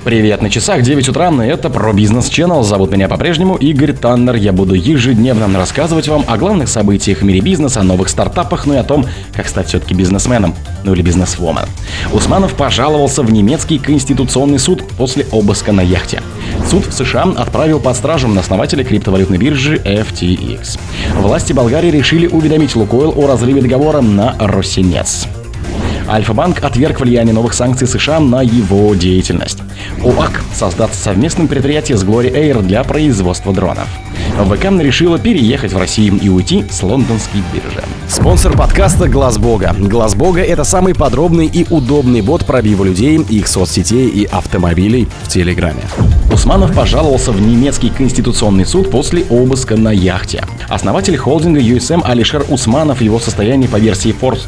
Привет, на часах 9 утра, это про бизнес Channel. Зовут меня по-прежнему Игорь Таннер. Я буду ежедневно рассказывать вам о главных событиях в мире бизнеса, о новых стартапах, и о том, как стать все-таки бизнесменом, или бизнесвумен. Усманов пожаловался в немецкий конституционный суд после обыска на яхте. Суд в США отправил под стражу основателя криптовалютной биржи FTX. Власти Болгарии решили уведомить Лукойл о разрыве договора на Росинец. Альфа-банк отверг влияние новых санкций США на его деятельность. ОАК создаст совместное предприятие с Glory Air для производства дронов. ВК решила переехать в Россию и уйти с лондонской биржи. Спонсор подкаста Глаз Бога. Глаз Бога — это самый подробный и удобный бот пробива людей, их соцсетей и автомобилей в Телеграме. Усманов пожаловался в немецкий конституционный суд после обыска на яхте. Основатель холдинга USM Алишер Усманов в его состоянии по версии Forbes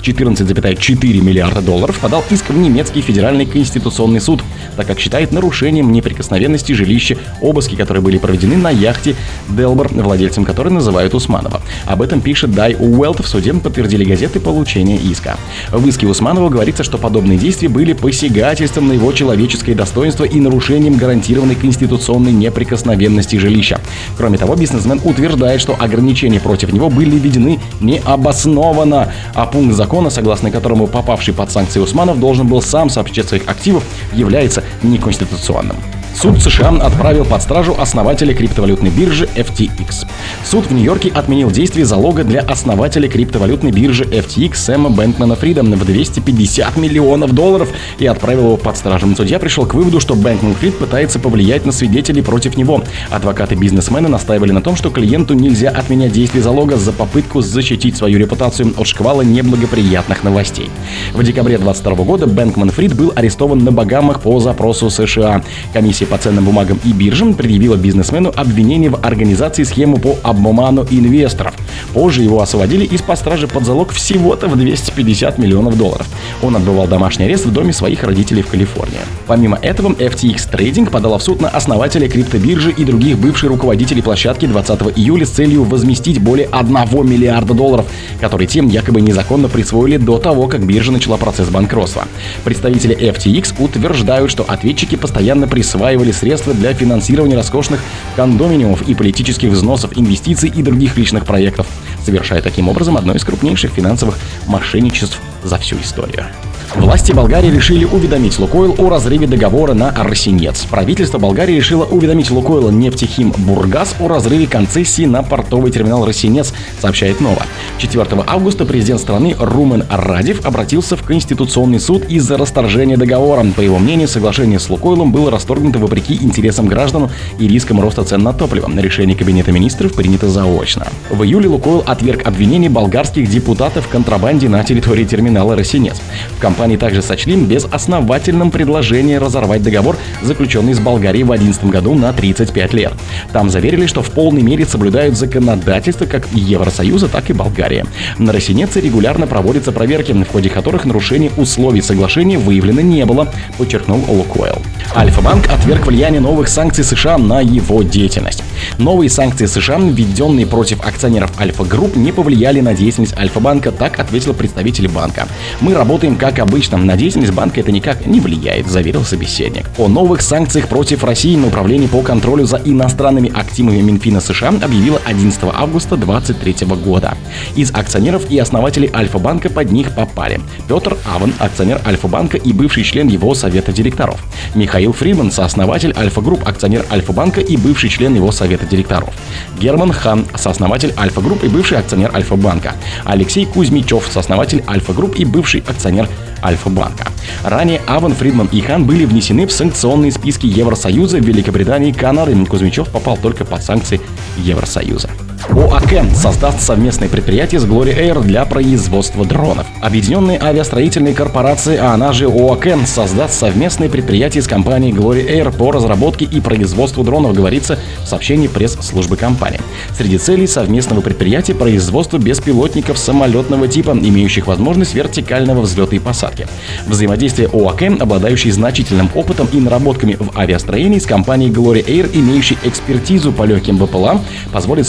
14,4 миллиарда долларов подал иск в немецкий федеральный конституционный суд, так как считает нарушением неприкосновенности жилища обыски, которые были проведены на яхте Делбар, владельцем которой называют Усманова. Об этом пишет Die Welt. В суде подтвердили газеты получение иска. В иске Усманова говорится, что подобные действия были посягательством на его человеческое достоинство и нарушением гарантированной конституционной неприкосновенности жилища. Кроме того, бизнесмен утверждает, что ограничения против него были введены необоснованно, а пункт закона, согласно которому попавший под санкции Усманов должен был сам сообщить своих активов, является неконституционным. Суд США отправил под стражу основателя криптовалютной биржи FTX. Суд в Нью-Йорке отменил действие залога для основателя криптовалютной биржи FTX Сэма Бэнкмана-Фрида в 250 миллионов долларов и отправил его под стражу. Судья пришел к выводу, что Бэнкман-Фрид пытается повлиять на свидетелей против него. Адвокаты бизнесмена настаивали на том, что клиенту нельзя отменять действие залога за попытку защитить свою репутацию от шквала неблагоприятных новостей. В декабре 2022 года Бэнкман-Фрид был арестован на Багамах по запросу США. Комиссия по ценным бумагам и биржам предъявила бизнесмену обвинение в организации схемы по обману инвесторов. Позже его освободили из-под стражи под залог всего-то в 250 миллионов долларов. Он отбывал домашний арест в доме своих родителей в Калифорнии. Помимо этого, FTX Trading подала в суд на основателя криптобиржи и других бывших руководителей площадки 20 июля с целью возместить более 1 миллиарда долларов, которые тем якобы незаконно присвоили до того, как биржа начала процесс банкротства. Представители FTX утверждают, что ответчики постоянно присваивали средства для финансирования роскошных кондоминиумов и политических взносов, инвестиций и других личных проектов, совершая таким образом одно из крупнейших финансовых мошенничеств за всю историю. Власти Болгарии решили уведомить Лукойл о разрыве договора на Росинец. Правительство Болгарии решило уведомить Лукойл Нефтехим Бургас о разрыве концессии на портовый терминал Росинец, сообщает Нова. 4 августа президент страны Румен Радев обратился в Конституционный суд из-за расторжения договора. По его мнению, соглашение с Лукойлом было расторгнуто вопреки интересам граждан и рискам роста цен на топливо. Решение Кабинета министров принято заочно. В июле Лукойл отверг обвинения болгарских депутатов в контрабанде на территории терминала Росинец. В компании также сочли безосновательным предложение разорвать договор, заключенный с Болгарией в 2011 году на 35 лет. Там заверили, что в полной мере соблюдают законодательство как Евросоюза, так и Болгарии. На Росинеце регулярно проводятся проверки, в ходе которых нарушений условий соглашения выявлено не было, подчеркнул Лукойл. Альфа-банк отверг влияние новых санкций США на его деятельность. Новые санкции США, введенные против акционеров Альфа-групп, не повлияли на деятельность Альфа-банка, так ответил представитель банка. «Мы работаем как обычно, на деятельность банка это никак не влияет», заверил собеседник. О новых санкциях против России на Управление по контролю за иностранными активами Минфина США объявило 11 августа 2023 года. Из акционеров и основателей Альфа-банка под них попали: Петр Авен, акционер Альфа-банка и бывший член его совета директоров; Михаил Фриман, сооснователь Альфа-групп, акционер Альфа-банка и бывший член его совета директоров; Герман Хан, сооснователь Альфа-групп и бывший акционер Альфа-банка; Алексей Кузьмичев, сооснователь Альфа-групп и бывший акционер Альфа-банка. Ранее Авен, Фридман и Хан были внесены в санкционные списки Евросоюза, Великобритании и Канады. Кузьмичев попал только под санкции Евросоюза. ОАК создаст совместное предприятие с Glory Air для производства дронов. Объединенные авиастроительные корпорации, а она же ОАК, создаст совместное предприятие с компанией Glory Air по разработке и производству дронов, говорится в сообщении пресс-службы компании. Среди целей совместного предприятия производство беспилотников самолетного типа, имеющих возможность вертикального взлета и посадки. Взаимодействие ОАК, обладающей значительным опытом и наработками в авиастроении, с компанией Glory Air, имеющей экспертизу по легким БПЛА, позволит сформировать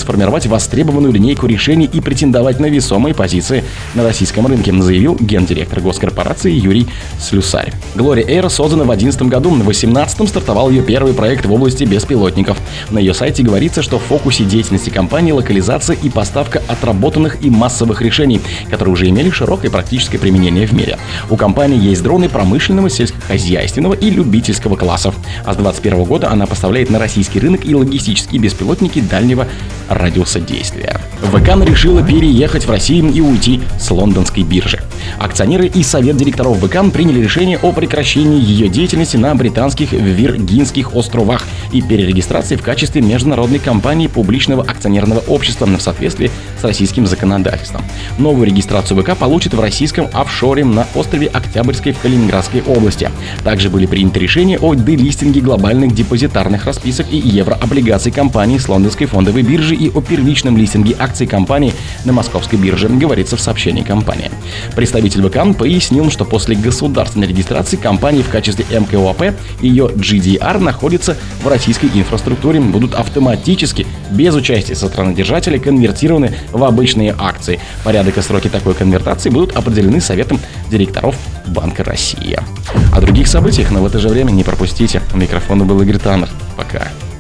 развивать востребованную линейку решений и претендовать на весомые позиции на российском рынке, заявил гендиректор госкорпорации Юрий Слюсарь. Glory Air создана в 2011 году, в 2018 стартовал ее первый проект в области беспилотников. На ее сайте говорится, что в фокусе деятельности компании локализация и поставка отработанных и массовых решений, которые уже имели широкое практическое применение в мире. У компании есть дроны промышленного, сельскохозяйственного и любительского классов. А с 2021 года она поставляет на российский рынок и логистические беспилотники дальнего радиуса действия. ВК решила переехать в Россию и уйти с лондонской биржи. Акционеры и совет директоров ВК приняли решение о прекращении ее деятельности на британских Виргинских островах и перерегистрации в качестве международной компании публичного акционерного общества в соответствии с российским законодательством. Новую регистрацию ВК получит в российском офшоре на острове Октябрьской в Калининградской области. Также были приняты решения о делистинге глобальных депозитарных расписок и еврооблигаций компании с лондонской фондовой биржи и о первичном листинге акций компании на московской бирже, говорится в сообщении компании. Представитель ВК пояснил, что после государственной регистрации компании в качестве МКОАП и ее GDR находятся в российской инфраструктуре, будут автоматически, без участия со стороны держателя, конвертированы в обычные акции. Порядок и сроки такой конвертации будут определены Советом директоров Банка России. О других событиях, но в это же время не пропустите. У микрофона был Игорь Таннер. Пока.